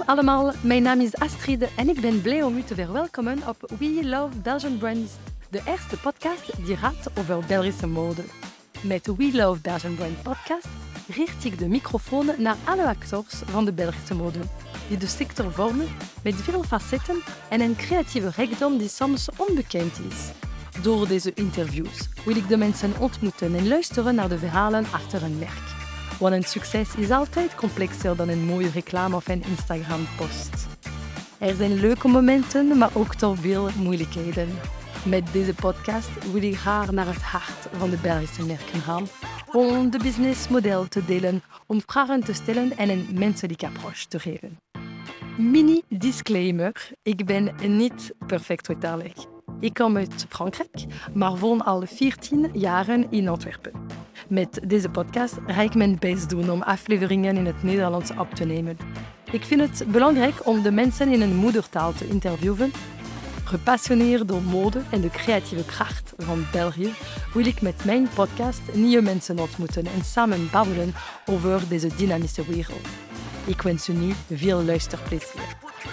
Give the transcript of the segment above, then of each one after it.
allemaal, mijn naam is Astrid en ik ben blij om u te verwelkomen op We Love Belgian Brands, de eerste podcast die gaat over Belgische mode. Met We Love Belgian Brand podcast richt ik de microfoon naar alle acteurs van de Belgische mode, die de sector vormen met veel facetten en een creatieve rijkdom die soms onbekend is. Door deze interviews wil ik de mensen ontmoeten en luisteren naar de verhalen achter een merk. Want een succes is altijd complexer dan een mooie reclame of een Instagram-post. Er zijn leuke momenten, maar ook toch veel moeilijkheden. Met deze podcast wil ik graag naar het hart van de Belgische merken gaan, om de businessmodel te delen, om vragen te stellen en een menselijke approach te geven. Mini-disclaimer, ik ben niet perfect vertalig. Ik kom uit Frankrijk, maar woon al 14 jaren in Antwerpen. Met deze podcast ga ik mijn best doen om afleveringen in het Nederlands op te nemen. Ik vind het belangrijk om de mensen in hun moedertaal te interviewen. Gepassioneerd door mode en de creatieve kracht van België wil ik met mijn podcast nieuwe mensen ontmoeten en samen babbelen over deze dynamische wereld. Ik wens u nu veel luisterplezier.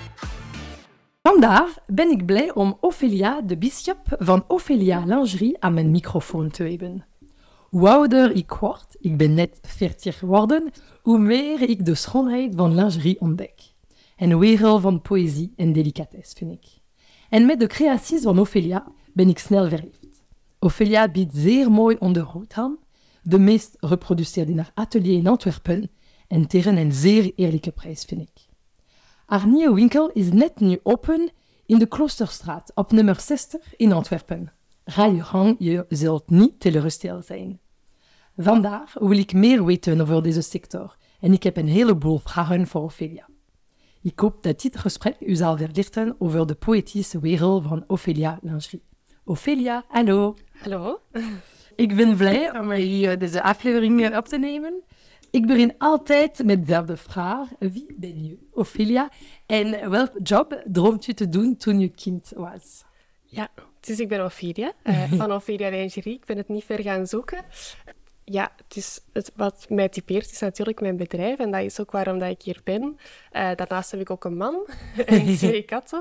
Vandaag ben ik blij om Ophelia de Bisschop van Ophelia Lingerie aan mijn microfoon te hebben. Hoe ouder ik word, ik ben net 40 geworden, hoe meer ik de schoonheid van lingerie ontdek. Een wereld van poëzie en delicatesse, vind ik. En met de creaties van Ophelia ben ik snel verliefd. Ophelia biedt zeer mooi ondergoed aan, de meest geproduceerd in haar atelier in Antwerpen en tegen een zeer eerlijke prijs, vind ik. Haar nieuwe winkel is net nu open in de Kloosterstraat op nummer 60 in Antwerpen. Ga je gang, je zult niet teleurgesteld zijn. Vandaag wil ik meer weten over deze sector en ik heb een heleboel vragen voor Ophelia. Ik hoop dat dit gesprek u zal verlichten over de poëtische wereld van Ophelia Lingerie. Ophelia, hallo. Hallo. Ik ben blij om deze aflevering op te nemen. Ik begin altijd met dezelfde vraag. Wie ben je, Ophelia? En welk job droomt je te doen toen je kind was? Ja, dus ik ben Ophelia, van Ophelia Lingerie. Ik ben het niet ver gaan zoeken. Ja, wat mij typeert is natuurlijk mijn bedrijf en dat is ook waarom dat ik hier ben. Daarnaast heb ik ook een man en 2 katten.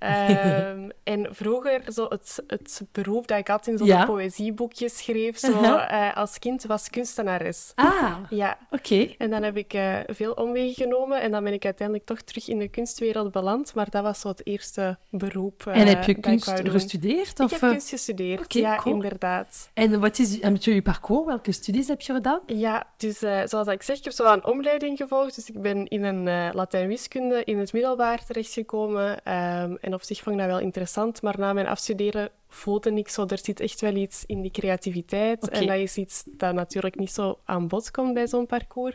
En vroeger, zo het beroep dat ik had in zo'n poëzieboekjes schreef, als kind, was kunstenares. Ah, ja. Oké. En dan heb ik veel omwegen kunstgenomen en dan ben ik uiteindelijk toch terug in de kunstwereld beland. Maar dat was zo het eerste beroep En heb je dat kunst ik wou doen. gestudeerd? Ik heb kunst gestudeerd, Okay, cool. Inderdaad. En wat is een beetje je parcours? Welke studies heb je gedaan? Ja, dus zoals ik zeg, ik heb zo een omleiding gevolgd. Dus ik ben in een Latijn-wiskunde in het middelbaar terechtgekomen. En op zich vond ik dat wel interessant. Maar na mijn afstuderen voelde ik zo, er zit echt wel iets in die creativiteit. Okay. En dat is iets dat natuurlijk niet zo aan bod komt bij zo'n parcours.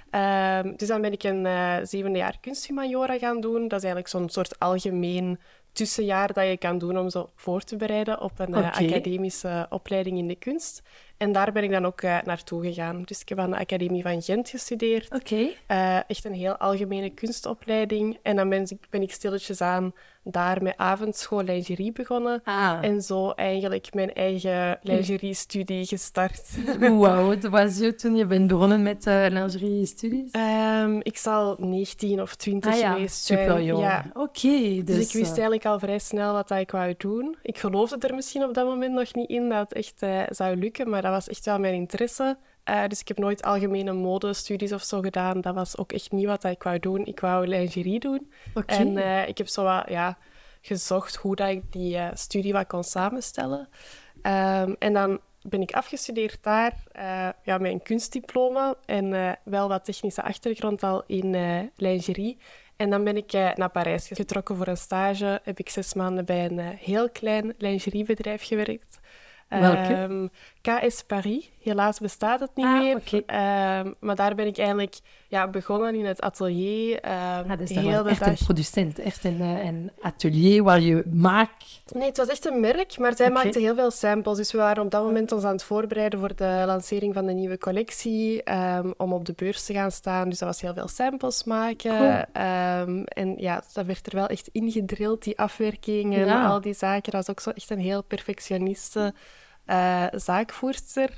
Dus dan ben ik een 7e jaar kunsthumaniora gaan doen. Dat is eigenlijk zo'n soort algemeen tussenjaar dat je kan doen om zo voor te bereiden op een academische opleiding in de kunst. En daar ben ik dan ook naartoe gegaan. Dus ik heb aan de Academie van Gent gestudeerd. Echt een heel algemene kunstopleiding. En dan ben ik stilletjes aan daar met avondschool lingerie begonnen. En zo eigenlijk mijn eigen lingerie-studie gestart. Hoe oud was je toen je bent begonnen met lingerie-studies? Ik zal 19 of 20 geweest zijn. Super jong. Ja. Dus ik wist eigenlijk al vrij snel wat ik wou doen. Ik geloofde er misschien op dat moment nog niet in dat het echt zou lukken, maar dat was echt wel mijn interesse. Dus ik heb nooit algemene modestudies of zo gedaan. Dat was ook echt niet wat ik wou doen. Ik wou lingerie doen. En ik heb zo wat gezocht hoe dat ik die studie wat kon samenstellen. En dan ben ik afgestudeerd daar met een kunstdiploma en wel wat technische achtergrond al in lingerie. En dan ben ik naar Parijs getrokken voor een stage. Heb ik 6 maanden bij een heel klein lingeriebedrijf gewerkt. Welke? KS Paris. Helaas bestaat het niet meer. Maar daar ben ik eigenlijk begonnen in het atelier. Dus dat was echt een producent, echt een atelier waar je maakt... Nee, het was echt een merk, maar zij maakte heel veel samples. Dus we waren op dat moment ons aan het voorbereiden voor de lancering van de nieuwe collectie, om op de beurs te gaan staan. Dus dat was heel veel samples maken. Cool. En dat werd er wel echt ingedrild, die afwerking en al die zaken. Dat was ook zo echt een heel perfectioniste zaakvoerster.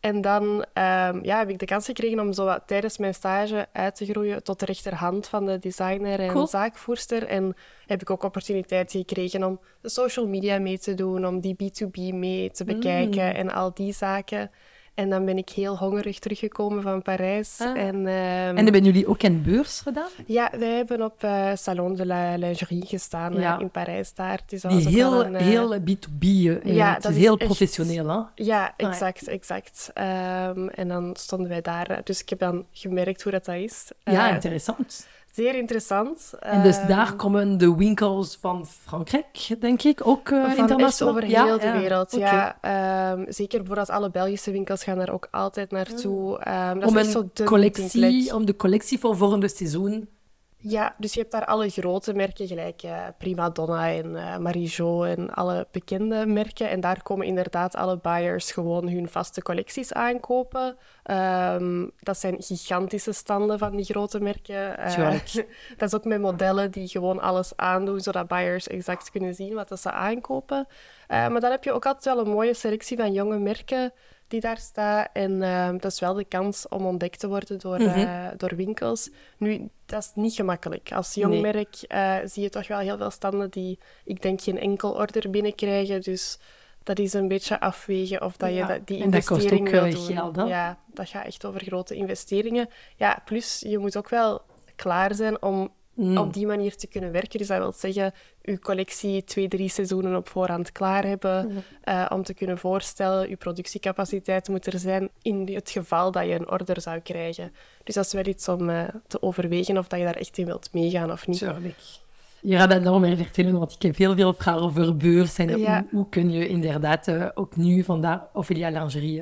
En dan heb ik de kans gekregen om zo wat tijdens mijn stage uit te groeien tot de rechterhand van de designer en Cool. zaakvoerster. En heb ik ook opportuniteit gekregen om de social media mee te doen, om die B2B mee te bekijken en al die zaken. En dan ben ik heel hongerig teruggekomen van Parijs. En hebben jullie ook een beurs gedaan? Ja, wij hebben op Salon de la Lingerie gestaan in Parijs daar. Dus dat Die was ook wel heel B2B. Het dat is heel echt professioneel, hè? Ja, exact. En dan stonden wij daar. Dus ik heb dan gemerkt hoe dat is. Ja, interessant. Zeer interessant. En dus daar komen de winkels van Frankrijk, denk ik, ook van echt internationaal? over heel de wereld. Okay. Ja, zeker bijvoorbeeld alle Belgische winkels gaan daar ook altijd naartoe. Dat Om is echt zo de om de collectie voor volgende seizoen. Ja, dus je hebt daar alle grote merken, gelijk Prima Donna en Marie-Jo en alle bekende merken. En daar komen inderdaad alle buyers gewoon hun vaste collecties aankopen. Dat zijn gigantische standen van die grote merken. Dat is ook met modellen die gewoon alles aandoen, zodat buyers exact kunnen zien wat ze aankopen. Maar dan heb je ook altijd wel een mooie selectie van jonge merken die daar staat. En dat is wel de kans om ontdekt te worden door winkels. Nu, dat is niet gemakkelijk. Als jong merk zie je toch wel heel veel standen die, ik denk, geen enkel order binnenkrijgen. Dus dat is een beetje afwegen of dat je die investering wil doen. Geld, hè? Ja, dat gaat echt over grote investeringen. Ja, plus je moet ook wel klaar zijn om op die manier te kunnen werken. Dus dat wil zeggen, uw collectie 2-3 seizoenen op voorhand klaar hebben, om te kunnen voorstellen. Uw productiecapaciteit moet er zijn in het geval dat je een order zou krijgen. Dus dat is wel iets om te overwegen of dat je daar echt in wilt meegaan of niet. Tuurlijk. Je gaat dat nog meer vertellen, want ik heb heel veel vragen over beurs en hoe kun je inderdaad ook nu vandaag Ophelia Lingerie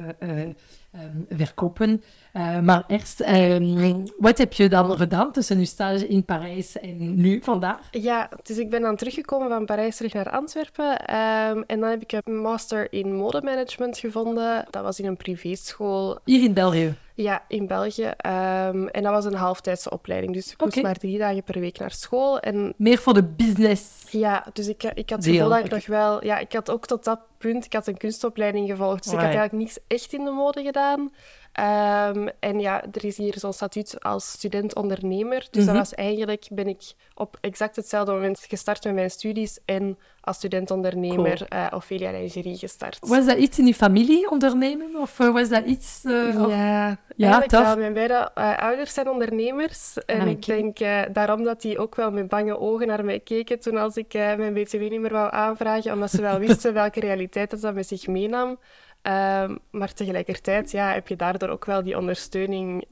verkopen. Maar eerst, wat heb je dan gedaan tussen je stage in Parijs en nu, vandaag? Ja, dus ik ben dan teruggekomen van Parijs terug naar Antwerpen. En dan heb ik een master in modemanagement gevonden. Dat was in een privéschool. Hier in België? Ja, in België. En dat was een halftijdse opleiding. Dus ik moest maar 3 dagen per week naar school. En meer voor de business? Ja, dus ik had het gevoel dat ik nog wel... Ja, ik had ook tot dat punt... Ik had een kunstopleiding gevolgd. Dus ik had eigenlijk niks echt in de mode gedaan. En ja, er is hier zo'n statuut als student-ondernemer. Dus dat was eigenlijk... Ben ik op exact hetzelfde moment gestart met mijn studies en als student-ondernemer Ophelia Lingerie gestart. Was dat iets in je familie, ondernemen? Of was dat iets... Eigenlijk wel. Mijn beide ouders zijn ondernemers. En ik denk daarom dat die ook wel met bange ogen naar mij keken toen als ik mijn BTW niet meer wou aanvragen, omdat ze wel wisten welke realiteit dat met zich meenam. Maar tegelijkertijd heb je daardoor ook wel die ondersteuning.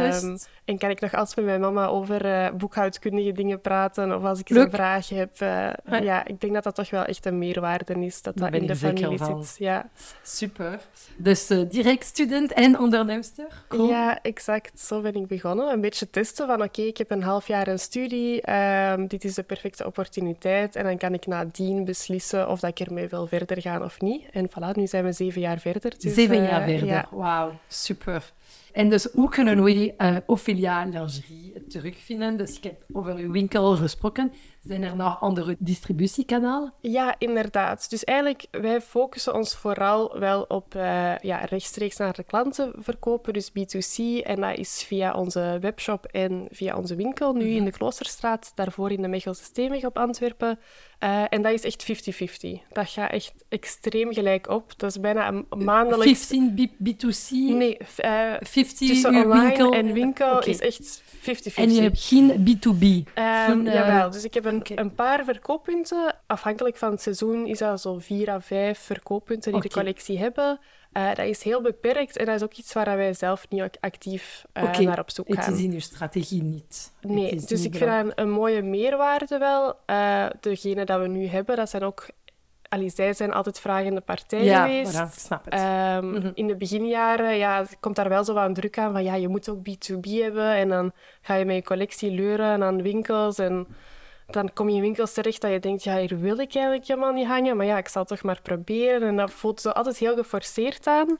En kan ik nog altijd met mijn mama over boekhoudkundige dingen praten of als ik eens een vraag heb. Ik denk dat dat toch wel echt een meerwaarde is, dat in de familie zit. Ja. Super. Dus direct student en onderneemster? Cool. Ja, exact. Zo ben ik begonnen. Een beetje testen van oké, ik heb een half jaar een studie. Dit is de perfecte opportuniteit. En dan kan ik nadien beslissen of dat ik ermee wil verder gaan of niet. En voilà, nu zijn we 7 jaar verder. Dus, 7 jaar verder, ja. Wauw, super. En dus hoe kunnen we Ophelia Lingerie terugvinden? Dus ik heb over uw winkel gesproken. Zijn er nog andere distributiekanalen? Ja, inderdaad. Dus eigenlijk, wij focussen ons vooral wel op rechtstreeks naar de klanten verkopen, dus B2C. En dat is via onze webshop en via onze winkel, nu in de Kloosterstraat, daarvoor in de Mechelse Steenweg op Antwerpen. En dat is echt 50-50. Dat gaat echt extreem gelijk op. Dat is bijna een maandelijks... 15 B2C? Nee, 50 tussen online winkel en winkel is echt 50-50. En je hebt geen B2B? Jawel, dus ik heb een paar verkooppunten. Afhankelijk van het seizoen is dat zo 4 à 5 verkooppunten die de collectie hebben. Dat is heel beperkt en dat is ook iets waar wij zelf niet actief naar op zoek gaan. Het is in uw strategie niet. Nee, dus ik vind dat een mooie meerwaarde wel. Degene dat we nu hebben, dat zijn ook... zij zijn altijd vragende partijen geweest. Ja, snap het. In de beginjaren komt daar wel zo wat een druk aan van je moet ook B2B hebben en dan ga je met je collectie leuren aan winkels en dan kom je in winkels terecht dat je denkt, hier wil ik eigenlijk helemaal niet hangen, maar ik zal het toch maar proberen. En dat voelt zo altijd heel geforceerd aan.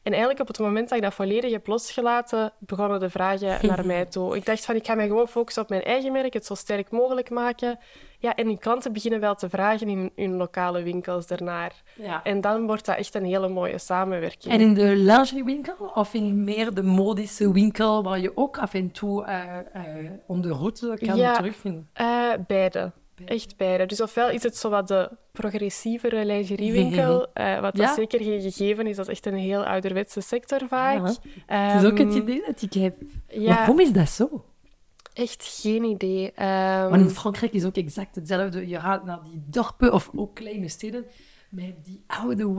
En eigenlijk op het moment dat ik dat volledig heb losgelaten, begonnen de vragen naar mij toe. Ik dacht van, ik ga mij gewoon focussen op mijn eigen merk, het zo sterk mogelijk maken. Ja, en die klanten beginnen wel te vragen in hun lokale winkels ernaar. Ja. En dan wordt dat echt een hele mooie samenwerking. En in de lingeriewinkel of in meer de modische winkel waar je ook af en toe ondergoed kan terugvinden? Beide. Echt beide. Dus ofwel is het zo wat de progressievere lingeriewinkel, wat dat zeker geen gegeven is. Dat is echt een heel ouderwetse sector vaak. Ja. Het is ook het idee dat ik heb. Waarom is dat zo? Echt geen idee. Want in Frankrijk is ook exact hetzelfde. Je gaat naar die dorpen of ook kleine steden met die oude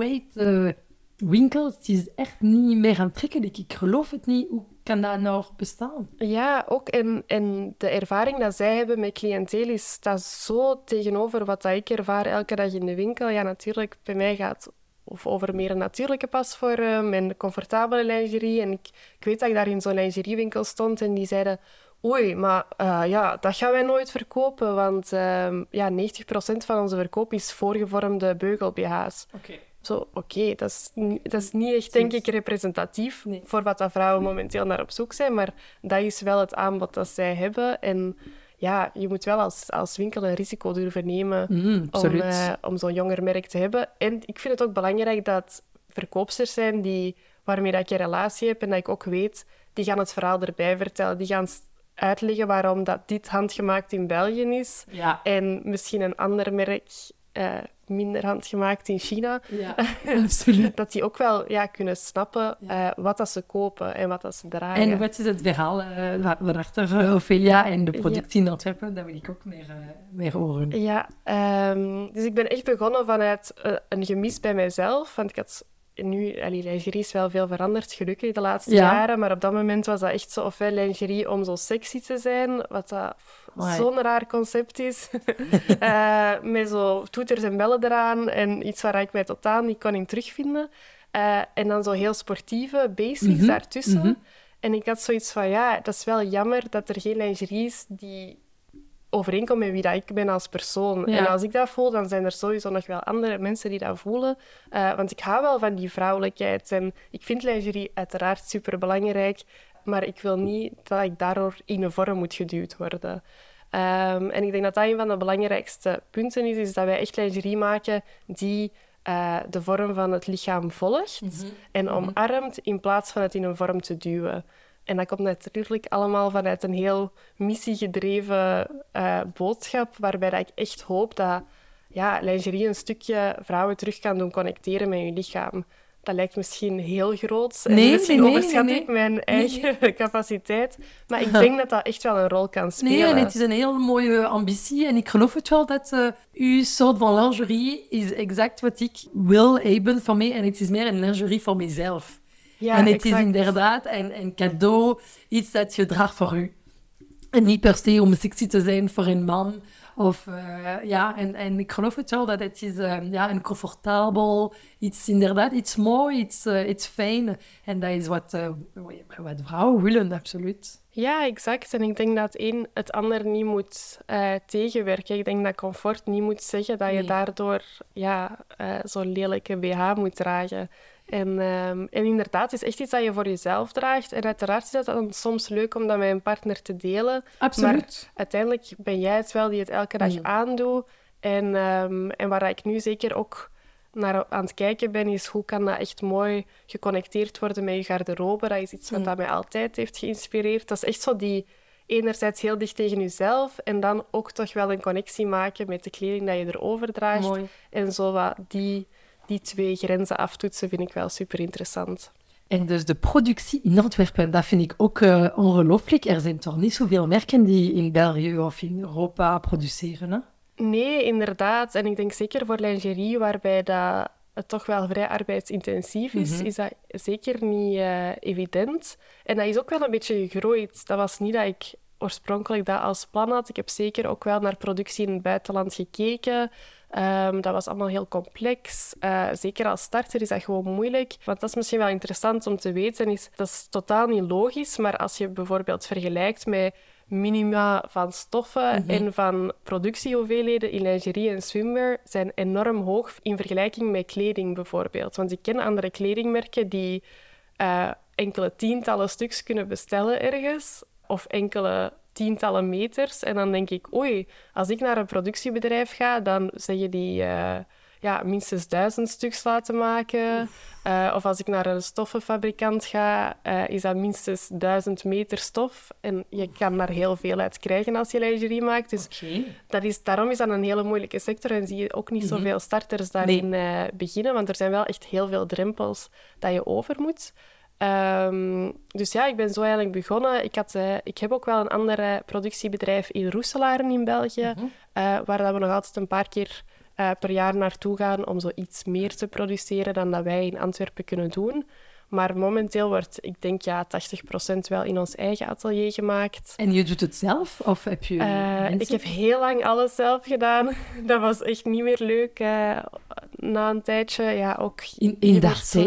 winkels. Het is echt niet meer aantrekkelijk. Ik geloof het niet. Hoe kan dat nog bestaan? Ja, ook. En de ervaring dat zij hebben met cliënteel is dat zo tegenover wat dat ik ervaar elke dag in de winkel. Ja, natuurlijk, bij mij gaat of over meer een natuurlijke pasvorm en comfortabele lingerie. En ik weet dat ik daar in zo'n lingeriewinkel stond en die zeiden... Oei, maar dat gaan wij nooit verkopen, want 90% van onze verkoop is voorgevormde beugel-BH's. Oké, dat is niet echt, denk ik, representatief voor wat dat vrouwen momenteel naar op zoek zijn, maar dat is wel het aanbod dat zij hebben. En ja, je moet wel als winkel een risico durven nemen om zo'n jonger merk te hebben. En ik vind het ook belangrijk dat verkoopsters zijn waarmee dat ik een relatie heb en dat ik ook weet, die gaan het verhaal erbij vertellen. Die gaan uitleggen waarom dat dit handgemaakt in België is. Ja. En misschien een ander merk minder handgemaakt in China. Ja, absoluut. Dat die ook wel kunnen snappen wat dat ze kopen en wat dat ze dragen. En wat is het verhaal waarachter Ophelia en de productie in Antwerpen? Dat wil ik ook meer horen. Ja, dus ik ben echt begonnen vanuit een gemis bij mijzelf. Want ik had... Nu, lingerie is wel veel veranderd, gelukkig, de laatste jaren. Maar op dat moment was dat echt zo, ofwel lingerie om zo sexy te zijn, wat dat zo'n raar concept is. Met zo toeters en bellen eraan en iets waar ik mij totaal niet kon in terugvinden. En dan zo heel sportieve basics daartussen. En ik had zoiets van, dat is wel jammer dat er geen lingerie is die overeenkomt met wie dat ik ben als persoon. Ja. En als ik dat voel, dan zijn er sowieso nog wel andere mensen die dat voelen. Want ik hou wel van die vrouwelijkheid. En ik vind lingerie uiteraard superbelangrijk, maar ik wil niet dat ik daardoor in een vorm moet geduwd worden. En ik denk dat dat een van de belangrijkste punten is dat wij echt lingerie maken die de vorm van het lichaam volgt en omarmt in plaats van het in een vorm te duwen. En dat komt natuurlijk allemaal vanuit een heel missiegedreven boodschap, waarbij dat ik echt hoop dat lingerie een stukje vrouwen terug kan doen connecteren met hun lichaam. Dat lijkt misschien heel groot. En misschien overschat ik mijn eigen capaciteit. Maar ik denk dat dat echt wel een rol kan spelen. Nee, en het is een heel mooie ambitie. En ik geloof het wel dat uw soort van lingerie is exact wat ik wil hebben voor mij. En het is meer een lingerie voor mezelf. Ja, en het is inderdaad een cadeau, iets dat je draagt voor u. En niet per se om sexy te zijn voor een man. En ik geloof het wel dat het is een comfortabel, iets mooi, iets fijn. En dat is wat vrouwen willen, absoluut. Ja, exact. En ik denk dat het een het ander niet moet tegenwerken. Ik denk dat comfort niet moet zeggen dat je daardoor zo'n lelijke BH moet dragen. En inderdaad, het is echt iets dat je voor jezelf draagt. En uiteraard is dat dan soms leuk om dat met een partner te delen. Absoluut. Maar uiteindelijk ben jij het wel die het elke dag aandoet. En waar ik nu zeker ook naar aan het kijken ben, is hoe kan dat echt mooi geconnecteerd worden met je garderobe. Dat is iets wat dat mij altijd heeft geïnspireerd. Dat is echt zo die enerzijds heel dicht tegen jezelf en dan ook toch wel een connectie maken met de kleding dat je erover draagt. Mooi. En zo wat die twee grenzen aftoetsen vind ik wel super interessant. En dus de productie in Antwerpen, dat vind ik ook ongelooflijk. Er zijn toch niet zoveel merken die in België of in Europa produceren, hè? Nee, inderdaad. En ik denk zeker voor lingerie, waarbij dat het toch wel vrij arbeidsintensief is, is dat zeker niet evident. En dat is ook wel een beetje gegroeid. Dat was niet dat ik oorspronkelijk dat als plan had. Ik heb zeker ook wel naar productie in het buitenland gekeken. Dat was allemaal heel complex. Zeker als starter is dat gewoon moeilijk. Want dat is misschien wel interessant om te weten. Dat is totaal niet logisch, maar als je bijvoorbeeld vergelijkt met minima van stoffen en van productiehoeveelheden in lingerie en swimwear zijn enorm hoog in vergelijking met kleding bijvoorbeeld. Want ik ken andere kledingmerken die enkele tientallen stuks kunnen bestellen ergens, of enkele tientallen meters. En dan denk ik, oei, als ik naar een productiebedrijf ga, dan zeggen die minstens 1000 stuks laten maken. Of als ik naar een stoffenfabrikant ga, is dat minstens 1000 meter stof. En je kan daar heel veel uit krijgen als je lingerie maakt. Dus daarom is dat een hele moeilijke sector. En zie je ook niet zoveel starters daarin beginnen. Want er zijn wel echt heel veel drempels dat je over moet. Dus ja, ik ben zo eigenlijk begonnen. Ik heb ook wel een ander productiebedrijf in Roeselare in België, waar dat we nog altijd een paar keer per jaar naartoe gaan om zo iets meer te produceren dan dat wij in Antwerpen kunnen doen. Maar momenteel wordt, ik denk, 80% wel in ons eigen atelier gemaakt. En je doet het zelf? Of heb je mensen? Ik heb heel lang alles zelf gedaan. Dat was echt niet meer leuk. Na een tijdje, ook... In één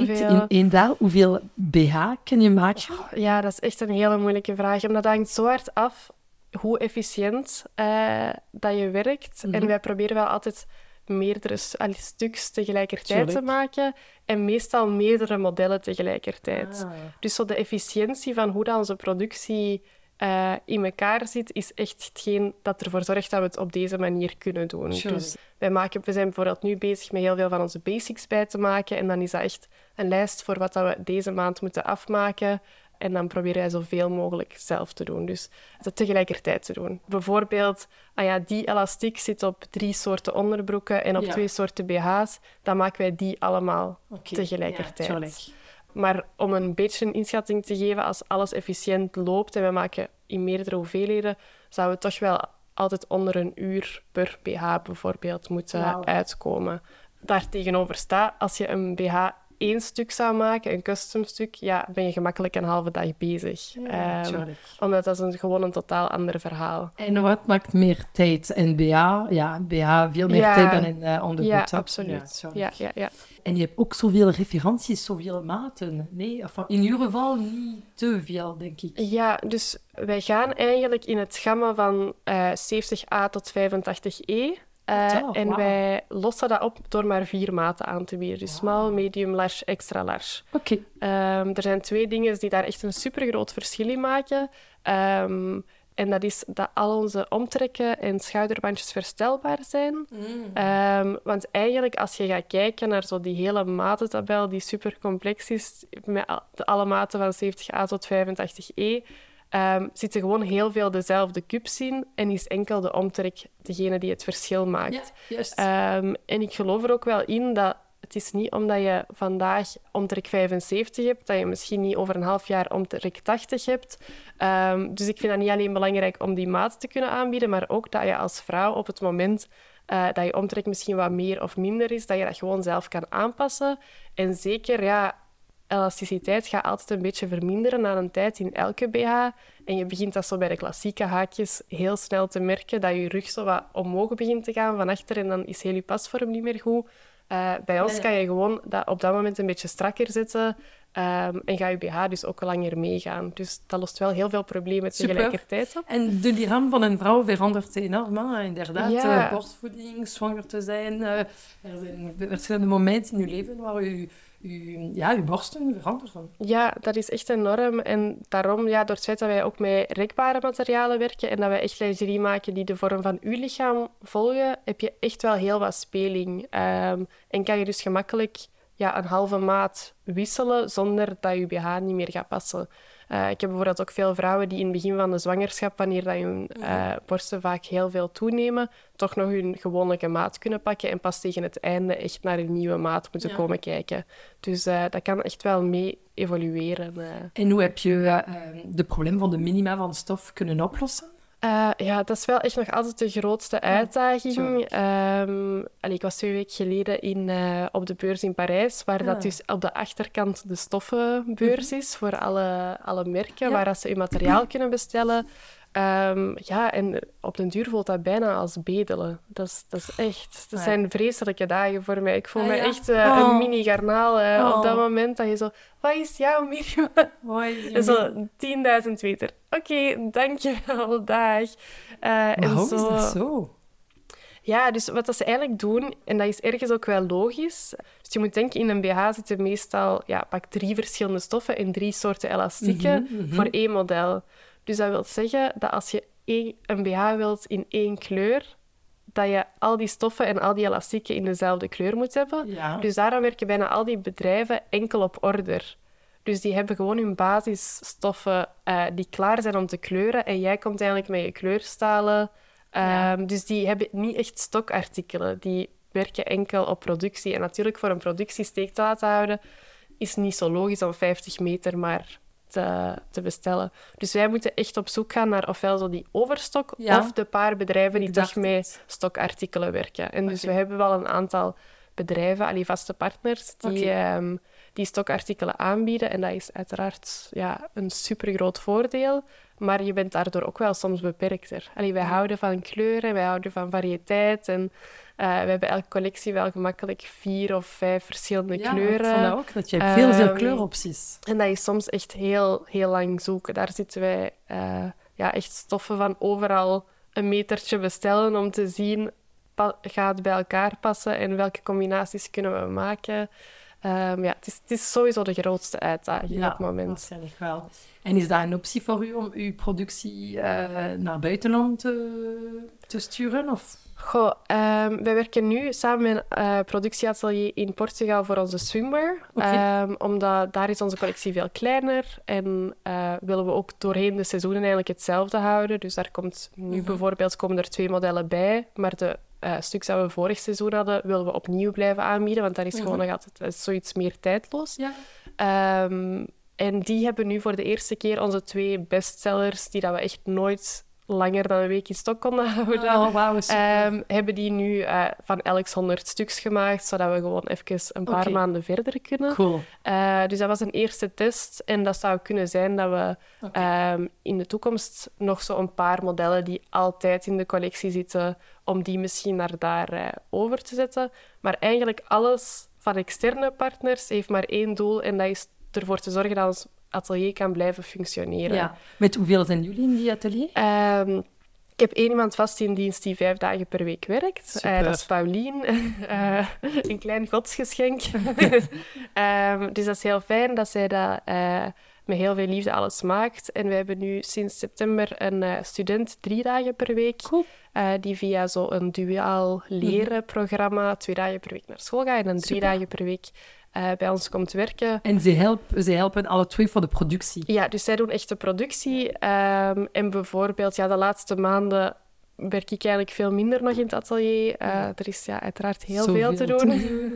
dag, hoeveel BH kan je maken? Ja, dat is echt een hele moeilijke vraag. Omdat dat hangt zo hard af hoe efficiënt dat je werkt. En wij proberen wel altijd meerdere stuks tegelijkertijd te maken en meestal meerdere modellen tegelijkertijd. Dus zo de efficiëntie van hoe dat onze productie in elkaar zit, is echt hetgeen dat ervoor zorgt dat we het op deze manier kunnen doen. Dus we zijn bijvoorbeeld nu bezig met heel veel van onze basics bij te maken en dan is dat echt een lijst voor wat dat we deze maand moeten afmaken. En dan proberen wij zoveel mogelijk zelf te doen. Dus het tegelijkertijd te doen. Bijvoorbeeld, die elastiek zit op 3 soorten onderbroeken en op 2 soorten BH's. Dan maken wij die allemaal tegelijkertijd. Ja, maar om een beetje een inschatting te geven, als alles efficiënt loopt en we maken in meerdere hoeveelheden, zouden we toch wel altijd onder 1 uur per BH bijvoorbeeld moeten uitkomen. Daartegenover staat, als je een BH 1 stuk zou maken, een custom stuk, ben je gemakkelijk een halve dag bezig. Omdat dat is gewoon een totaal ander verhaal. En wat maakt meer tijd? En BH veel meer tijd dan in onderbroek. Ja, absoluut. Ja. En je hebt ook zoveel referenties, zoveel maten. Nee, in ieder geval niet te veel, denk ik. Ja, dus wij gaan eigenlijk in het gamma van 70A tot 85E. En wij lossen dat op door maar 4 maten aan te bieden. Dus small, medium, large, extra large. Er zijn 2 dingen die daar echt een supergroot verschil in maken. En dat is dat al onze omtrekken en schouderbandjes verstelbaar zijn. Want eigenlijk, als je gaat kijken naar zo die hele matentabel, die super complex is, met alle maten van 70A tot 85E, zitten gewoon heel veel dezelfde cubes in en is enkel de omtrek degene die het verschil maakt. Ja, juist. En ik geloof er ook wel in dat het is niet omdat je vandaag omtrek 75 hebt, dat je misschien niet over een half jaar omtrek 80 hebt. Dus ik vind het niet alleen belangrijk om die maat te kunnen aanbieden, maar ook dat je als vrouw op het moment dat je omtrek misschien wat meer of minder is, dat je dat gewoon zelf kan aanpassen. En zeker, elasticiteit gaat altijd een beetje verminderen na een tijd in elke BH. En je begint dat zo bij de klassieke haakjes heel snel te merken, dat je rug zo wat omhoog begint te gaan van achter en dan is heel je pasvorm niet meer goed. Bij ons kan je gewoon dat op dat moment een beetje strakker zetten en gaat je BH dus ook langer meegaan. Dus dat lost wel heel veel problemen tegelijkertijd op. En de lichaam van een vrouw verandert enorm, hè? Inderdaad. Borstvoeding, zwanger te zijn. Er zijn verschillende momenten in je leven waar je borsten veranderen. Ja, dat is echt enorm. En daarom, door het feit dat wij ook met rekbare materialen werken en dat wij echt lingerie maken die de vorm van uw lichaam volgen, heb je echt wel heel wat speling. En kan je dus gemakkelijk een halve maat wisselen zonder dat je BH niet meer gaat passen. Ik heb bijvoorbeeld ook veel vrouwen die in het begin van de zwangerschap, wanneer dat hun borsten vaak heel veel toenemen, toch nog hun gewone maat kunnen pakken en pas tegen het einde echt naar een nieuwe maat moeten komen kijken. Dus dat kan echt wel mee evolueren. En hoe heb je de probleem van de minima van stof kunnen oplossen? Dat is wel echt nog altijd de grootste uitdaging. Ik was 2 weken geleden op de beurs in Parijs, waar dat dus op de achterkant de stoffenbeurs is voor alle merken, waar dat ze je materiaal kunnen bestellen. En op den duur voelt dat bijna als bedelen. Dat zijn vreselijke dagen voor mij. Ik voel me echt een mini-garnaal op dat moment. Dat je zo, wat is jouw medium? En zo 10.000 meter. Oké, dankjewel, dag. Maar hoe is dat zo? Ja, dus wat dat ze eigenlijk doen, en dat is ergens ook wel logisch. Dus je moet denken, in een BH zitten meestal pak 3 verschillende stoffen en 3 soorten elastieken voor 1 model. Dus dat wil zeggen dat als je een BH wilt in 1 kleur, dat je al die stoffen en al die elastieken in dezelfde kleur moet hebben. Ja. Dus daarom werken bijna al die bedrijven enkel op order. Dus die hebben gewoon hun basisstoffen die klaar zijn om te kleuren. En jij komt eigenlijk met je kleurstalen. Dus die hebben niet echt stokartikelen. Die werken enkel op productie. En natuurlijk, voor een productie steek te laten houden, is niet zo logisch om 50 meter maar te bestellen. Dus wij moeten echt op zoek gaan naar ofwel zo die overstok of de paar bedrijven die toch met stokartikelen werken. En dus we hebben wel een aantal bedrijven, vaste partners, die stokartikelen aanbieden. En dat is uiteraard een supergroot voordeel. Maar je bent daardoor ook wel soms beperkter. Wij houden van kleuren, wij houden van variëteit. En we hebben elke collectie wel gemakkelijk 4 of 5 verschillende kleuren. Ja, ik vond dat ook, dat je hebt veel kleuropties. En dat is soms echt heel, heel lang zoeken. Daar zitten wij echt stoffen van overal een metertje bestellen om te zien, gaat het bij elkaar passen en welke combinaties kunnen we maken. Het is sowieso de grootste uitdaging op het moment. Waarschijnlijk wel. En is dat een optie voor u om uw productie naar buitenland te sturen? Of? Goh, wij werken nu samen met een productieatelier in Portugal voor onze swimwear. Omdat daar is onze collectie veel kleiner en willen we ook doorheen de seizoenen eigenlijk hetzelfde houden. Dus daar komt nu bijvoorbeeld komen er 2 modellen bij, maar de stuk dat we vorig seizoen hadden, willen we opnieuw blijven aanbieden, want daar is gewoon nog altijd zoiets meer tijdloos. Ja. En die hebben nu voor de eerste keer onze 2 bestsellers, die dat we echt nooit langer dan een week in stok konden houden, hebben die nu van elk 100 stuks gemaakt, zodat we gewoon even een paar maanden verder kunnen. Cool. Dus dat was een eerste test. En dat zou kunnen zijn dat we in de toekomst nog zo'n paar modellen die altijd in de collectie zitten, om die misschien naar daar over te zetten. Maar eigenlijk alles van externe partners heeft maar 1 doel, en dat is ervoor te zorgen dat ons atelier kan blijven functioneren. Ja. Met hoeveel zijn jullie in die atelier? Ik heb 1 iemand vast in dienst die 5 dagen per week werkt. Dat is Paulien. Een klein godsgeschenk. Dus dat is heel fijn dat zij dat met heel veel liefde alles maakt. En we hebben nu sinds september een student 3 dagen per week. Cool. Die via zo'n duaal leren programma 2 dagen per week naar school gaat en dan 3 dagen per week bij ons komt werken. En ze helpen alle 2 voor de productie? Ja, dus zij doen echt de productie. En bijvoorbeeld, de laatste maanden werk ik eigenlijk veel minder nog in het atelier. Er is uiteraard heel veel te doen.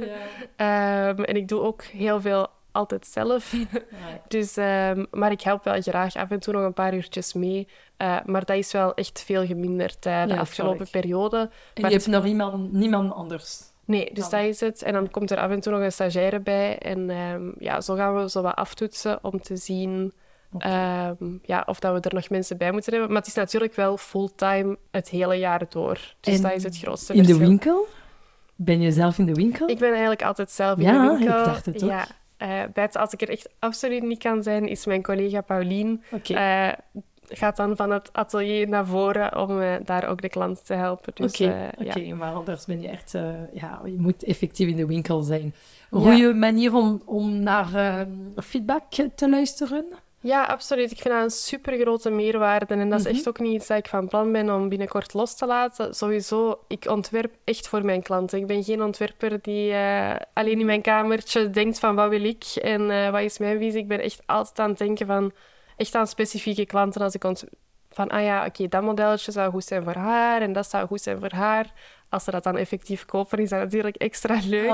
En ik doe ook heel veel altijd zelf. Dus, maar ik help wel graag af en toe nog een paar uurtjes mee. Maar dat is wel echt veel geminderd de afgelopen periode. En je hebt nog niemand anders? Nee, dus dat is het. En dan komt er af en toe nog een stagiaire bij. En zo gaan we zo wat aftoetsen om te zien of dat we er nog mensen bij moeten hebben. Maar het is natuurlijk wel fulltime het hele jaar door. Dus dat is het grootste verschil. In de winkel? Ben je zelf in de winkel? Ik ben eigenlijk altijd zelf in de winkel. Ja, ik dacht het ook. Ja. Als ik er echt absoluut niet kan zijn, is mijn collega Paulien... gaat dan van het atelier naar voren om daar ook de klant te helpen. Dus, maar anders ben je echt... je moet effectief in de winkel zijn. Een goede manier om naar feedback te luisteren? Ja, absoluut. Ik vind dat een supergrote meerwaarde. En dat is echt ook niet iets dat ik van plan ben om binnenkort los te laten. Sowieso, ik ontwerp echt voor mijn klanten. Ik ben geen ontwerper die alleen in mijn kamertje denkt van wat wil ik en wat is mijn visie. Ik ben echt altijd aan het denken van... Echt aan specifieke klanten als ik van, dat modelletje zou goed zijn voor haar en dat zou goed zijn voor haar. Als ze dat dan effectief kopen, is dat natuurlijk extra leuk.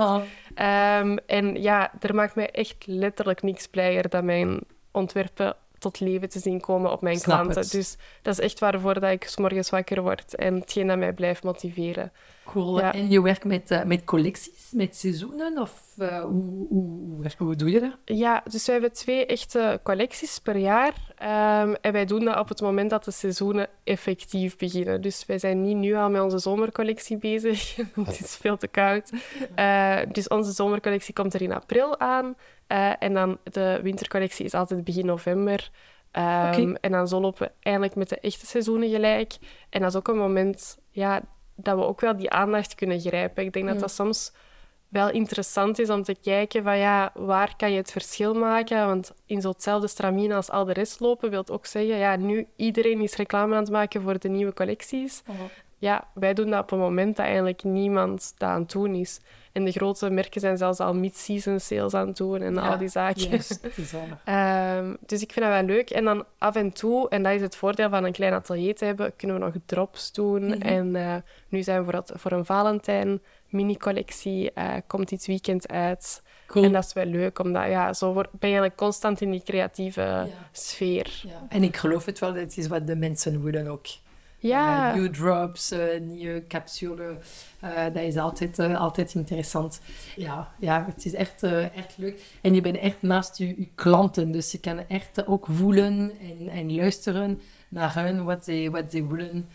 Er maakt mij echt letterlijk niks blijer dan mijn ontwerpen tot leven te zien komen op mijn klanten. Het. Dus dat is echt waarvoor dat ik 's morgens wakker word en hetgeen dat mij blijft motiveren. Cool. Ja. En je werkt met collecties, met seizoenen? Of hoe doe je dat? Ja, dus wij hebben 2 echte collecties per jaar. En wij doen dat op het moment dat de seizoenen effectief beginnen. Dus wij zijn niet nu al met onze zomercollectie bezig. Het is veel te koud. Dus onze zomercollectie komt er in april aan. En dan de wintercollectie is altijd begin november. En dan zo lopen we eindelijk met de echte seizoenen gelijk. En dat is ook een moment... dat we ook wel die aandacht kunnen grijpen. Ik denk dat dat soms wel interessant is om te kijken van ja, waar kan je het verschil maken? Want in zo'nzelfde stramien als al de rest lopen, wil ook zeggen, ja, nu iedereen is reclame aan het maken voor de nieuwe collecties. Ja, wij doen dat op een moment dat eigenlijk niemand dat aan het doen is. En de grote merken zijn zelfs al mid-season sales aan het doen en al die zaken. Juist, het is waar. Dus ik vind dat wel leuk. En dan af en toe, en dat is het voordeel van een klein atelier te hebben, kunnen we nog drops doen. En nu zijn we voor een Valentijn mini-collectie, komt dit weekend uit. Cool. En dat is wel leuk, omdat zo ben je eigenlijk constant in die creatieve sfeer. Ja. En ik geloof het wel, dat is wat de mensen willen ook. Ja. Nieuwe drops, nieuwe capsules. Dat is altijd interessant. Ja, het is echt leuk. En je bent echt naast je klanten. Dus je kan echt ook voelen en luisteren naar hen, wat ze willen.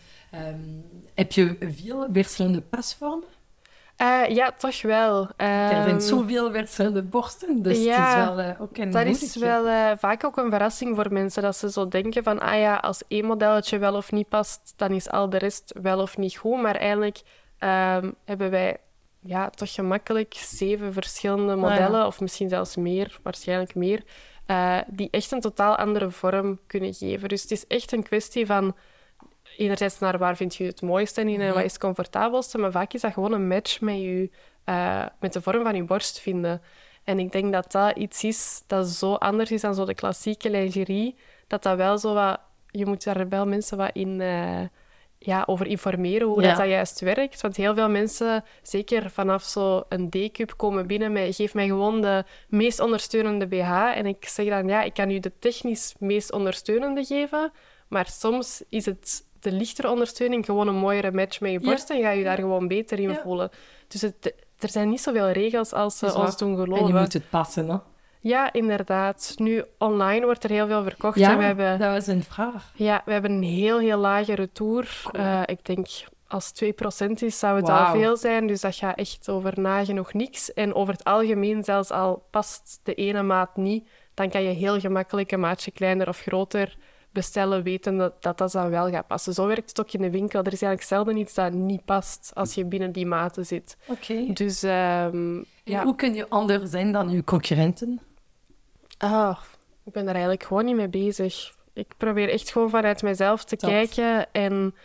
Heb je veel verschillende pasvormen? Ja, toch wel. Er zijn zoveel verschillende borsten, dus het is wel ook een dat moeilijke. is wel vaak ook een verrassing voor mensen, dat ze zo denken van, als één modelletje wel of niet past, dan is al de rest wel of niet goed. Maar eigenlijk hebben wij toch gemakkelijk 7 verschillende modellen, of misschien zelfs meer, waarschijnlijk meer, die echt een totaal andere vorm kunnen geven. Dus het is echt een kwestie van enerzijds naar waar vind je het mooiste in en wat is het comfortabelste, maar vaak is dat gewoon een match met de vorm van je borst vinden. En ik denk dat dat iets is dat zo anders is dan zo de klassieke lingerie, dat wel zo wat... Je moet daar wel mensen wat in... over informeren hoe dat juist werkt. Want heel veel mensen, zeker vanaf zo een D-cup, komen binnen met geef mij gewoon de meest ondersteunende BH. En ik zeg dan, ik kan u de technisch meest ondersteunende geven, maar soms is het de lichtere ondersteuning gewoon een mooiere match met je borst en ga je daar gewoon beter in voelen. Dus er zijn niet zoveel regels als ze ons doen geloven. En je moet het passen, hè? Ja, inderdaad. Nu, online wordt er heel veel verkocht. Ja, en we hebben, dat was een vraag. Ja, we hebben een heel, heel lage retour. Cool. Ik denk, als 2% is, zou het al veel zijn. Dus dat gaat echt over nagenoeg niks. En over het algemeen, zelfs al past de ene maat niet, dan kan je heel gemakkelijk een maatje kleiner of groter bestellen, weten dat dan wel gaat passen. Zo werkt het ook in de winkel. Er is eigenlijk zelden iets dat niet past als je binnen die maten zit. Oké. Dus, hoe kun je anders zijn dan je concurrenten? Ik ben daar eigenlijk gewoon niet mee bezig. Ik probeer echt gewoon vanuit mezelf te kijken. En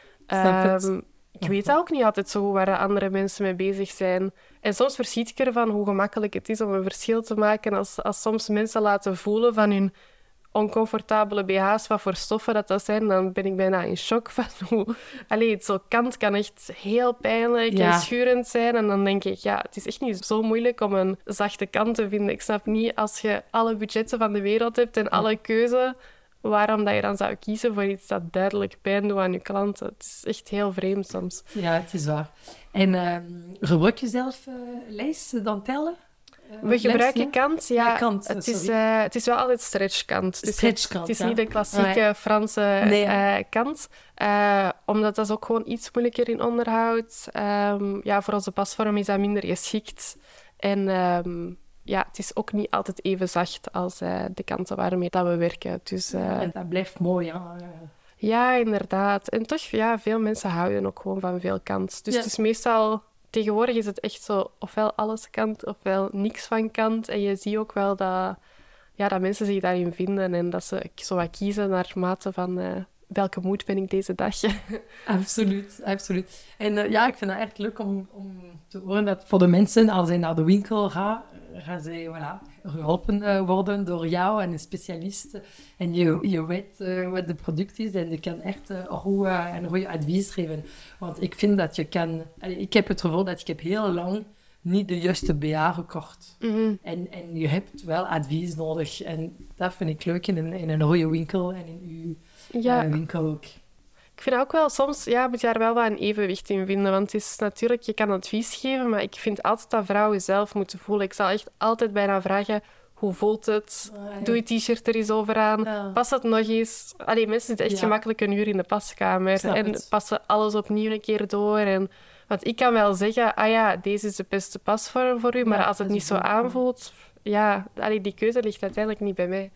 ik weet ook niet altijd zo goed waar andere mensen mee bezig zijn. En soms verschiet ik ervan hoe gemakkelijk het is om een verschil te maken. Als soms mensen laten voelen van hun oncomfortabele BH's, wat voor stoffen dat zijn, dan ben ik bijna in shock van hoe... Zo'n kant kan echt heel pijnlijk en schurend zijn. En dan denk ik, het is echt niet zo moeilijk om een zachte kant te vinden. Ik snap niet, als je alle budgetten van de wereld hebt en alle keuze, waarom dat je dan zou kiezen voor iets dat duidelijk pijn doet aan je klanten. Het is echt heel vreemd soms. Ja, het is waar. En gebruik je zelf lijst dan tellen? We gebruiken kant, kant, het is wel altijd stretchkant. Dus Stretchkant, het is niet de klassieke Franse kant. Omdat dat is ook gewoon iets moeilijker in onderhoud. Voor onze pasvorm is dat minder geschikt. En het is ook niet altijd even zacht als de kanten waarmee dat we werken. Dus, en dat blijft mooi, hè? Ja, inderdaad. En toch, veel mensen houden ook gewoon van veel kant. Dus het is meestal... Tegenwoordig is het echt zo, ofwel alles kant, ofwel niks van kant. En je ziet ook wel dat mensen zich daarin vinden en dat ze zo wat kiezen naar mate van welke moed ben ik deze dag. Absoluut. En ik vind het echt leuk om te horen dat voor de mensen, als ze naar de winkel gaan ze geholpen worden door jou en een specialist. En je weet wat het product is en je kan echt een goede advies geven. Want ik vind dat je kan... Ik heb het gevoel dat ik heb heel lang niet de juiste BH gekocht. Mm-hmm. En je hebt wel advies nodig. En dat vind ik leuk in een goede winkel en in uw winkel ook. Ik vind ook wel, soms moet je daar wel wat een evenwicht in vinden. Want het is natuurlijk, je kan advies geven, maar ik vind altijd dat vrouwen zelf moeten voelen. Ik zal echt altijd bijna vragen, hoe voelt het? Doe je t-shirt er eens over aan? Ja. Pas het nog eens? Mensen zitten echt gemakkelijk een uur in de paskamer. Passen alles opnieuw een keer door. Want ik kan wel zeggen, deze is de beste pasvorm voor u. Maar als het niet zo aanvoelt, die keuze ligt uiteindelijk niet bij mij.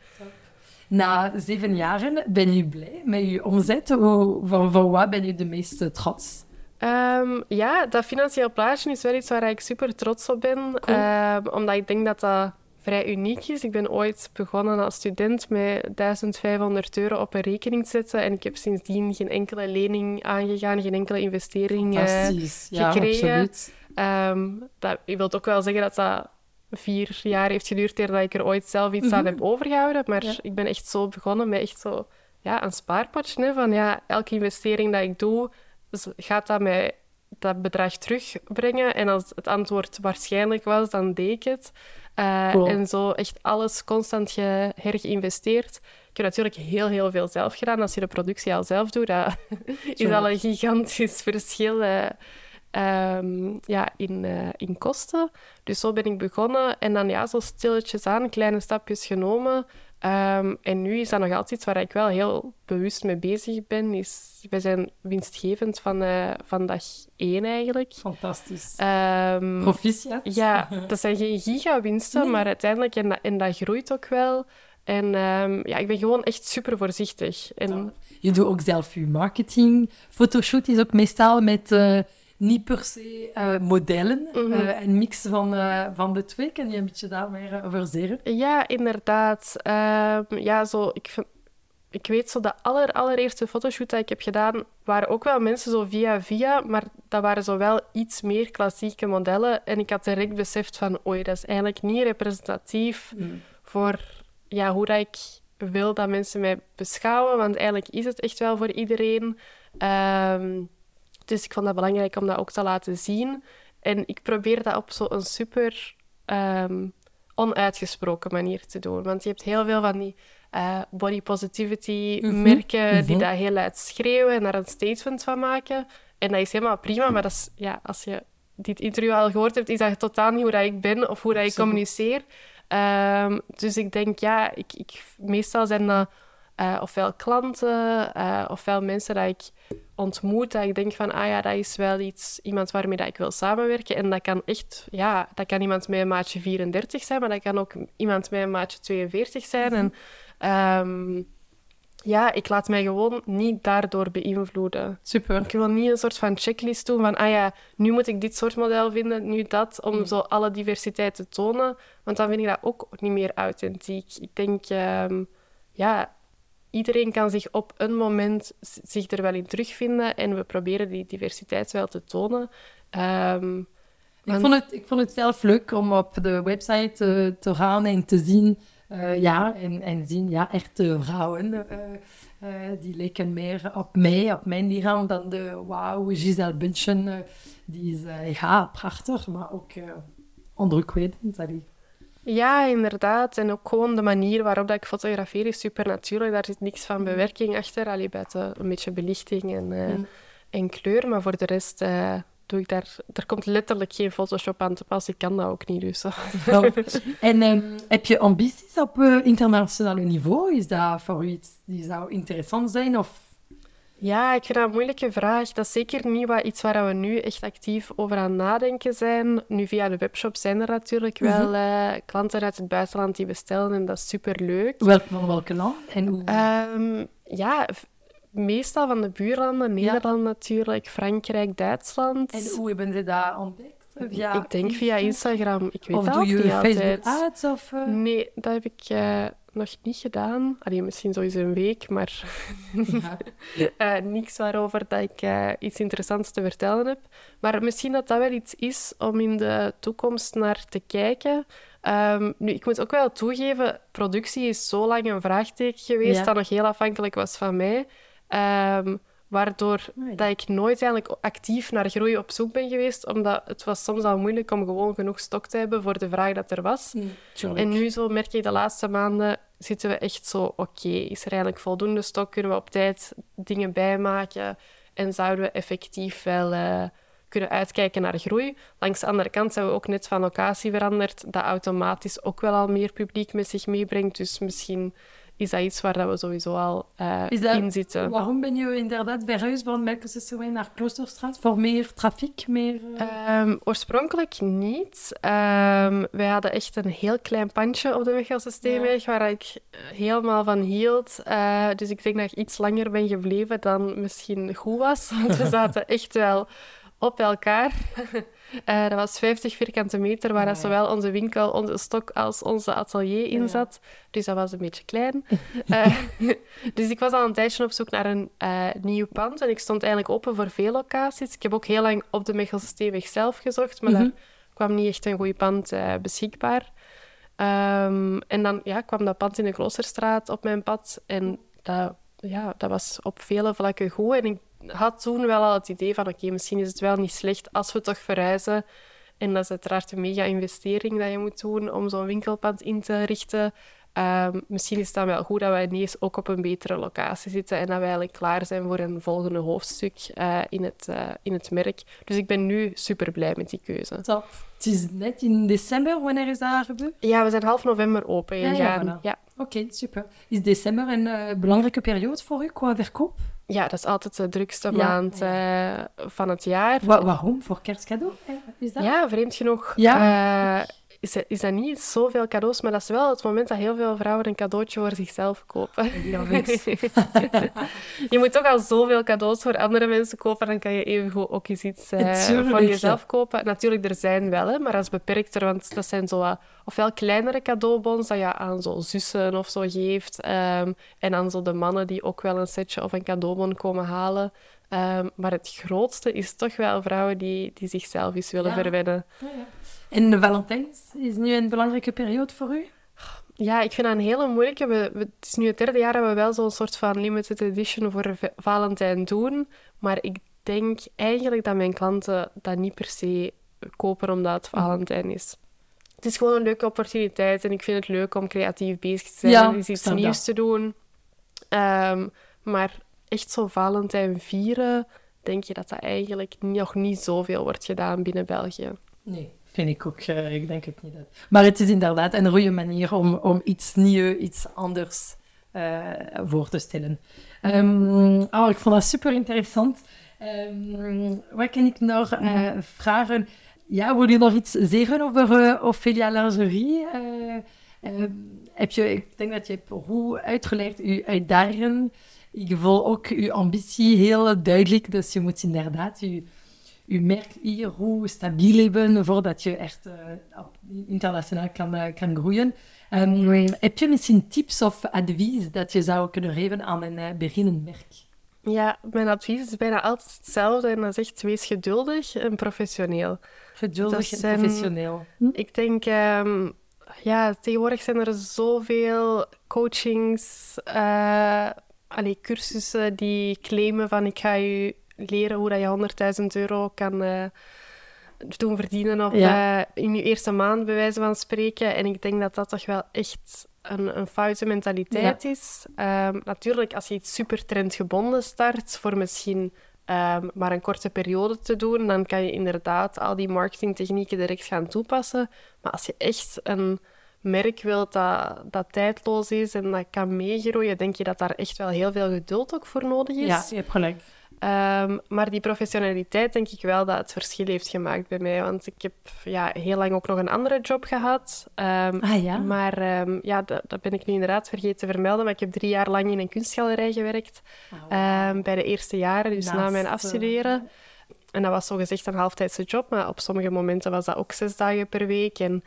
Na 7 jaar ben je blij met je omzet? Van wat ben je de meeste trots? Ja, dat financieel plaatje is wel iets waar ik super trots op ben. Cool. Omdat ik denk dat dat vrij uniek is. Ik ben ooit begonnen als student met €1.500 op een rekening te zetten. En ik heb sindsdien geen enkele lening aangegaan, geen enkele investering Fantastisch. Ja, gekregen. absoluut. Ik wil ook wel zeggen dat dat 4 jaar heeft geduurd voordat ik er ooit zelf iets aan heb overgehouden. Maar Ja. ik ben echt zo begonnen met echt zo, ja, een spaarpotje. Hè, van ja, elke investering dat ik doe, gaat dat mij dat bedrag terugbrengen. En als het antwoord waarschijnlijk was, dan deed ik het. Cool. En zo echt alles constant hergeïnvesteerd. Ik heb natuurlijk heel, heel veel zelf gedaan. Als je de productie al zelf doet, dat is al een gigantisch verschil in kosten. Dus zo ben ik begonnen. En dan ja, zo stilletjes aan, kleine stapjes genomen. En nu is dat nog altijd iets waar ik wel heel bewust mee bezig ben. Wij zijn winstgevend van dag 1 eigenlijk. Fantastisch. Ehm, Proficiat. ja, dat zijn geen gigawinsten, Nee. maar uiteindelijk, en dat groeit ook wel. En ja, ik ben gewoon echt super voorzichtig. En Je doet ook zelf je marketing. Fotoshoot is ook meestal met niet per se modellen. Een mix van de twee. Kan je een beetje daar meer over zeggen? ja, inderdaad. Ik weet zo, de allereerste fotoshoot dat ik heb gedaan, waren ook wel mensen zo via, maar dat waren zo wel iets meer klassieke modellen. En ik had direct beseft van, oei, dat is eigenlijk niet representatief voor ja, hoe dat ik wil dat mensen mij beschouwen. Want eigenlijk is het echt wel voor iedereen. Dus ik vond dat belangrijk om dat ook te laten zien. En ik probeer dat op zo'n super onuitgesproken manier te doen. Want je hebt heel veel van die body positivity merken die dat heel luid schreeuwen en daar een statement van maken. En dat is helemaal prima, maar dat is, ja, als je dit interview al gehoord hebt, is dat totaal niet hoe dat ik ben of hoe dat ik communiceer. Dus ik denk, ja, meestal zijn dat ofwel klanten, ofwel mensen dat ik ontmoet, dat ik denk van, ah ja, dat is wel iemand waarmee dat ik wil samenwerken. En dat kan echt, ja, dat kan iemand met een maatje 34 zijn, maar dat kan ook iemand met een maatje 42 zijn. En ja, ik laat mij gewoon niet daardoor beïnvloeden. Super. Ik wil niet een soort van checklist doen van, ah ja, nu moet ik dit soort model vinden, nu dat, om zo alle diversiteit te tonen. Want dan vind ik dat ook niet meer authentiek. Ik denk, ja, iedereen kan zich op een moment zich er wel in terugvinden en we proberen die diversiteit wel te tonen. Ik vond het zelf leuk om op de website te gaan en te zien, echte vrouwen. Die leken meer op mij, op mijn lichaam, dan de Giselle Bündchen. Die is prachtig, maar ook indrukwekkend. Ja, inderdaad. En ook gewoon de manier waarop dat ik fotografeer is super natuurlijk. Daar zit niks van bewerking achter. Alleen buiten een beetje belichting en kleur. Maar voor de rest doe ik daar... Er komt letterlijk geen Photoshop aan te pas. Ik kan dat ook niet, dus... En heb je ambities op internationaal niveau? Is dat voor u iets die zou interessant zijn? Of... Ja, ik vind dat een moeilijke vraag. Dat is zeker niet iets waar we nu echt actief over aan nadenken zijn. Nu, via de webshop zijn er natuurlijk wel klanten uit het buitenland die bestellen en dat is superleuk. Van welke land? En hoe? Ja, meestal van de buurlanden. Nederland natuurlijk, Frankrijk, Duitsland. En hoe hebben ze dat ontdekt? Ik denk via Instagram. Ik weet of dat doe ook je niet Facebook altijd. ads? Of, Nee, dat heb ik nog niet gedaan. Allee, misschien zo eens een week, maar niks waarover dat ik iets interessants te vertellen heb. Maar misschien dat dat wel iets is om in de toekomst naar te kijken. Nu, ik moet ook wel toegeven, productie is zo lang een vraagteken geweest dat nog heel afhankelijk was van mij. Waardoor dat ik nooit eigenlijk actief naar groei op zoek ben geweest, omdat het was soms al moeilijk om gewoon genoeg stok te hebben voor de vraag dat er was. En nu zo merk ik de laatste maanden zitten we echt zo, oké, is er eigenlijk voldoende stok? Kunnen we op tijd dingen bijmaken? En zouden we effectief wel kunnen uitkijken naar groei? Langs de andere kant zijn we ook net van locatie veranderd, dat automatisch ook wel al meer publiek met zich meebrengt. Dus misschien is dat iets waar dat we sowieso al in zitten. Waarom ben je inderdaad verhuisd van Melkensesewijn naar Kloosterstraat? Voor meer trafiek? Oorspronkelijk niet. Wij hadden echt een heel klein pandje op de Mechelse Steenweg, waar ik helemaal van hield. Dus ik denk dat ik iets langer ben gebleven dan misschien goed was. Want we zaten echt wel op elkaar. Dat was 50 vierkante meter, waar zowel onze winkel, onze stok als onze atelier in zat. Dus dat was een beetje klein. Dus ik was al een tijdje op zoek naar een nieuw pand. En ik stond eigenlijk open voor veel locaties. Ik heb ook heel lang op de Mechelse Steenweg zelf gezocht, maar daar kwam niet echt een goed pand beschikbaar. En dan kwam dat pand in de Kloosterstraat op mijn pad. En dat was op vele vlakken goed. En ik had toen wel al het idee van oké, misschien is het wel niet slecht als we toch verhuizen. En dat is uiteraard een mega-investering dat je moet doen om zo'n winkelpand in te richten. Misschien is het dan wel goed dat wij ineens ook op een betere locatie zitten en dat wij eigenlijk klaar zijn voor een volgende hoofdstuk in het merk. Dus ik ben nu super blij met die keuze. Top. Het is net in december, wanneer is dat gebeurd? Ja, we zijn half november open gegaan. Ja. Oké, super. Is december een belangrijke periode voor u qua verkoop? Ja, dat is altijd de drukste maand van het jaar. Waarom? Voor kerstcadeau? Is dat? Ja, vreemd genoeg. Is dat niet zoveel cadeaus, maar dat is wel het moment dat heel veel vrouwen een cadeautje voor zichzelf kopen. Je moet toch al zoveel cadeaus voor andere mensen kopen, dan kan je evengoed ook eens iets voor jezelf kopen. Natuurlijk, er zijn wel, maar dat is beperkter, want dat zijn zo ofwel kleinere cadeaubons dat je aan zo zussen of zo geeft, en dan zo de mannen die ook wel een setje of een cadeaubon komen halen. Maar het grootste is toch wel vrouwen die zichzelf eens willen verwennen. Ja. En de Valentijns is nu een belangrijke periode voor u? Ja, ik vind dat een hele moeilijke. Het is nu het 3e jaar dat we wel zo'n soort van limited edition voor Valentijn doen. Maar ik denk eigenlijk dat mijn klanten dat niet per se kopen omdat het Valentijn is. Het is gewoon een leuke opportuniteit en ik vind het leuk om creatief bezig te zijn en iets nieuws te doen. Maar echt zo Valentijn vieren, denk je dat eigenlijk nog niet zoveel wordt gedaan binnen België. Nee, vind ik ook. Ik denk het niet. Maar het is inderdaad een goede manier om iets nieuws, iets anders voor te stellen. Ik vond dat super interessant. Wat kan ik nog vragen? Ja, wil je nog iets zeggen over Ophelia Lingerie? Ik denk dat je hebt goed uitgelegd uw uitdagingen. Ik voel ook uw ambitie heel duidelijk. Dus je moet inderdaad je merk hier goed stabiel hebben voordat je echt internationaal kan groeien. Heb je misschien tips of advies dat je zou kunnen geven aan een beginnend merk? Ja, mijn advies is bijna altijd hetzelfde en dat is echt wees geduldig en professioneel. Geduldig en professioneel. Ik denk, tegenwoordig zijn er zoveel coachings, cursussen die claimen van ik ga je leren hoe dat je €100.000 kan doen verdienen of in je eerste maand, bij wijze van spreken. En ik denk dat dat toch wel echt een foute mentaliteit is. Natuurlijk, als je iets super trendgebonden start, voor misschien maar een korte periode te doen, dan kan je inderdaad al die marketingtechnieken direct gaan toepassen. Maar als je echt een merk wilt dat tijdloos is en dat kan meegroeien, denk je dat daar echt wel heel veel geduld ook voor nodig is. Ja, je hebt gelijk. Maar die professionaliteit denk ik wel dat het verschil heeft gemaakt bij mij. Want ik heb heel lang ook nog een andere job gehad. Maar dat ben ik nu inderdaad vergeten te vermelden. Maar ik heb 3 jaar lang in een kunstgalerij gewerkt. Bij de eerste jaren, dus na mijn afstuderen. En dat was zogezegd een halftijdse job, maar op sommige momenten was dat ook 6 dagen per week. En,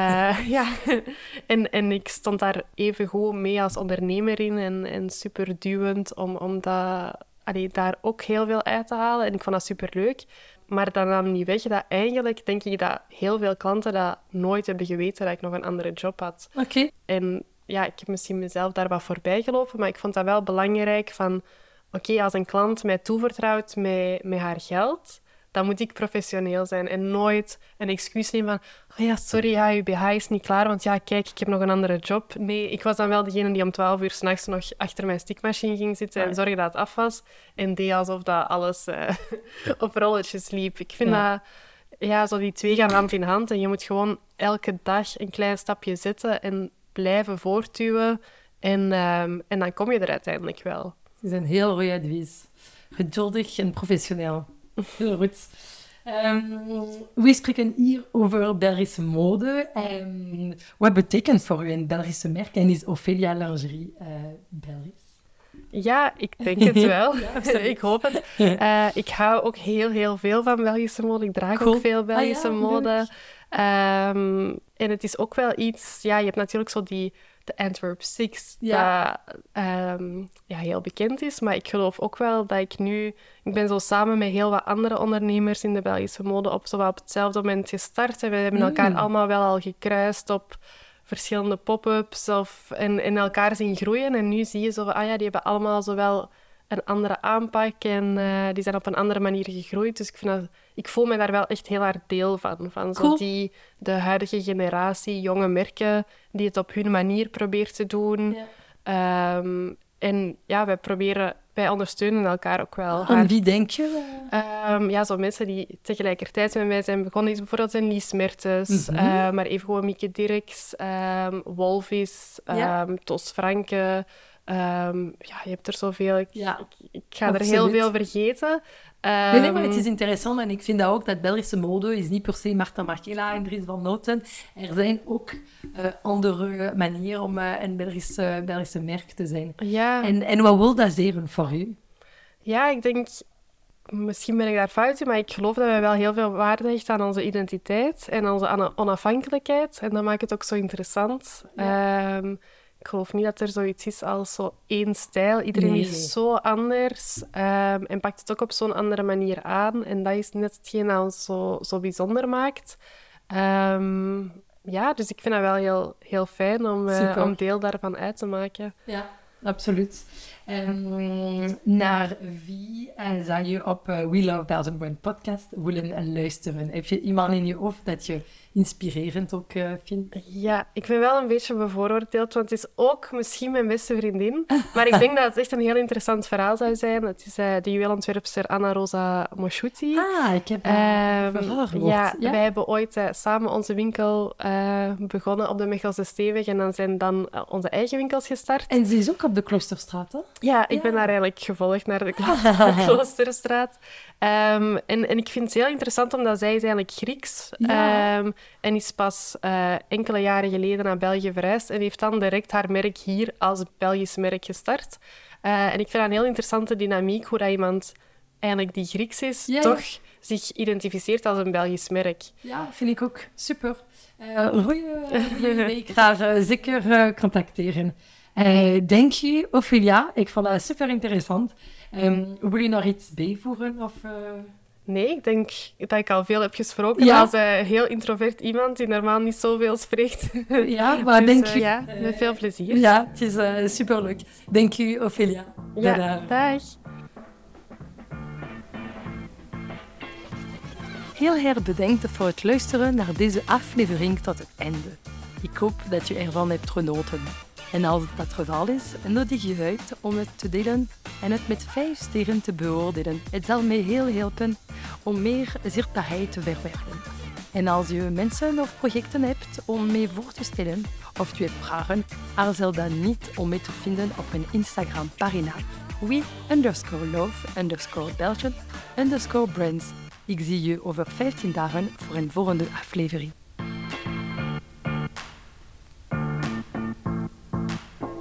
en ik stond daar even goed mee als ondernemer in en super duwend om daar ook heel veel uit te halen. En ik vond dat superleuk. Maar dat nam niet weg dat eigenlijk, denk ik, dat heel veel klanten dat nooit hebben geweten dat ik nog een andere job had. Oké. En ik heb misschien mezelf daar wat voorbij gelopen, maar ik vond dat wel belangrijk van oké, als een klant mij toevertrouwt met haar geld, dan moet ik professioneel zijn en nooit een excuus nemen van sorry, je BH is niet klaar, want kijk, ik heb nog een andere job. Nee, ik was dan wel degene die om 12 uur 's nachts nog achter mijn stikmachine ging zitten en zorgde dat het af was en deed alsof dat alles op rolletjes liep. Ik vind dat zo die twee gaan hand in hand en je moet gewoon elke dag een klein stapje zetten en blijven voortduwen. En dan kom je er uiteindelijk wel. Het is een heel goed advies. Geduldig en professioneel. Heel goed. We spreken hier over Belgische mode. Wat betekent voor u een Belgische merk en is Ophelia Lingerie Belgisch? Ja, ik denk het wel. Ja, ik hoop het. Ik hou ook heel, heel veel van Belgische mode. Ik draag ook veel Belgische mode. En het is ook wel iets... Ja, je hebt natuurlijk zo de Antwerp Six, dat heel bekend is. Maar ik geloof ook wel dat ik nu... Ik ben zo samen met heel wat andere ondernemers in de Belgische mode op hetzelfde moment gestart. En we hebben elkaar allemaal wel al gekruist op verschillende pop-ups en elkaar zien groeien. En nu zie je zo van, die hebben allemaal zowel een andere aanpak en die zijn op een andere manier gegroeid. Dus ik voel me daar wel echt heel hard deel van. Van cool. De huidige generatie, jonge merken, die het op hun manier proberen te doen. Ja. Wij ondersteunen elkaar ook wel. Aan wie denk je? Zo mensen die tegelijkertijd met mij zijn begonnen, is bijvoorbeeld een Lies Mertens, maar even gewoon Mieke Dirks, Wolvis, Tos Franke. Je hebt er zoveel. Ik ga er heel veel vergeten. Nee, maar het is interessant en ik vind dat ook dat Belgische mode is niet per se Marta Margiela en Dries van Noten. Er zijn ook andere manieren om een Belgische merk te zijn. Ja. En wat wil dat zeggen voor u? Ja, ik denk... Misschien ben ik daar fout in, maar ik geloof dat wij wel heel veel waarde hechten aan onze identiteit en onze onafhankelijkheid. En dat maakt het ook zo interessant. Ja. Ik geloof niet dat er zoiets is als zo één stijl. Iedereen is zo anders en pakt het ook op zo'n andere manier aan. En dat is net hetgeen dat ons zo bijzonder maakt. Dus ik vind dat wel heel, heel fijn om deel daarvan uit te maken. Ja, absoluut. Naar wie zou je op We Love Belgium Brand podcast willen luisteren? Heb je iemand in je hoofd dat je inspirerend ook vindt? Ja, ik ben wel een beetje bevooroordeeld, want het is ook misschien mijn beste vriendin. Maar ik denk dat het echt een heel interessant verhaal zou zijn. Het is de juweelontwerpster Anna Rosa Mosciuti. Ik heb verhaal gehoord. Ja, wij hebben ooit samen onze winkel begonnen op de Mechelse Steenweg en dan zijn onze eigen winkels gestart. En ze is ook op de Kloosterstraat, hè? Ja, ik ben daar eigenlijk gevolgd naar de Kloosterstraat. En ik vind het heel interessant, omdat zij is eigenlijk Grieks. En is pas enkele jaren geleden naar België verhuisd. En heeft dan direct haar merk hier als Belgisch merk gestart. En ik vind dat een heel interessante dynamiek, hoe dat iemand eigenlijk die Grieks is, toch zich identificeert als een Belgisch merk. Ja, vind ik ook super. Ik ga zeker contacteren. Denk je, Ophelia, ik vond dat super interessant. Wil je nog iets bijvoegen? Of, Nee, ik denk dat ik al veel heb gesproken als heel introvert iemand die normaal niet zoveel spreekt. Ja, maar denk je... Ja, met veel plezier. Ja, het is superleuk. Dank je, Ophelia. Ja, dag. Heel erg bedankt voor het luisteren naar deze aflevering tot het einde. Ik hoop dat je ervan hebt genoten. En als dat het geval is, nodig je uit om het te delen en het met 5 sterren te beoordelen. Het zal mij heel helpen om meer zichtbaarheid te verwerven. En als je mensen of projecten hebt om mee voor te stellen of je hebt vragen, aarzel dan niet om mee te vinden op mijn Instagram-pagina we_love_Belgium_brands. Ik zie je over 15 dagen voor een volgende aflevering.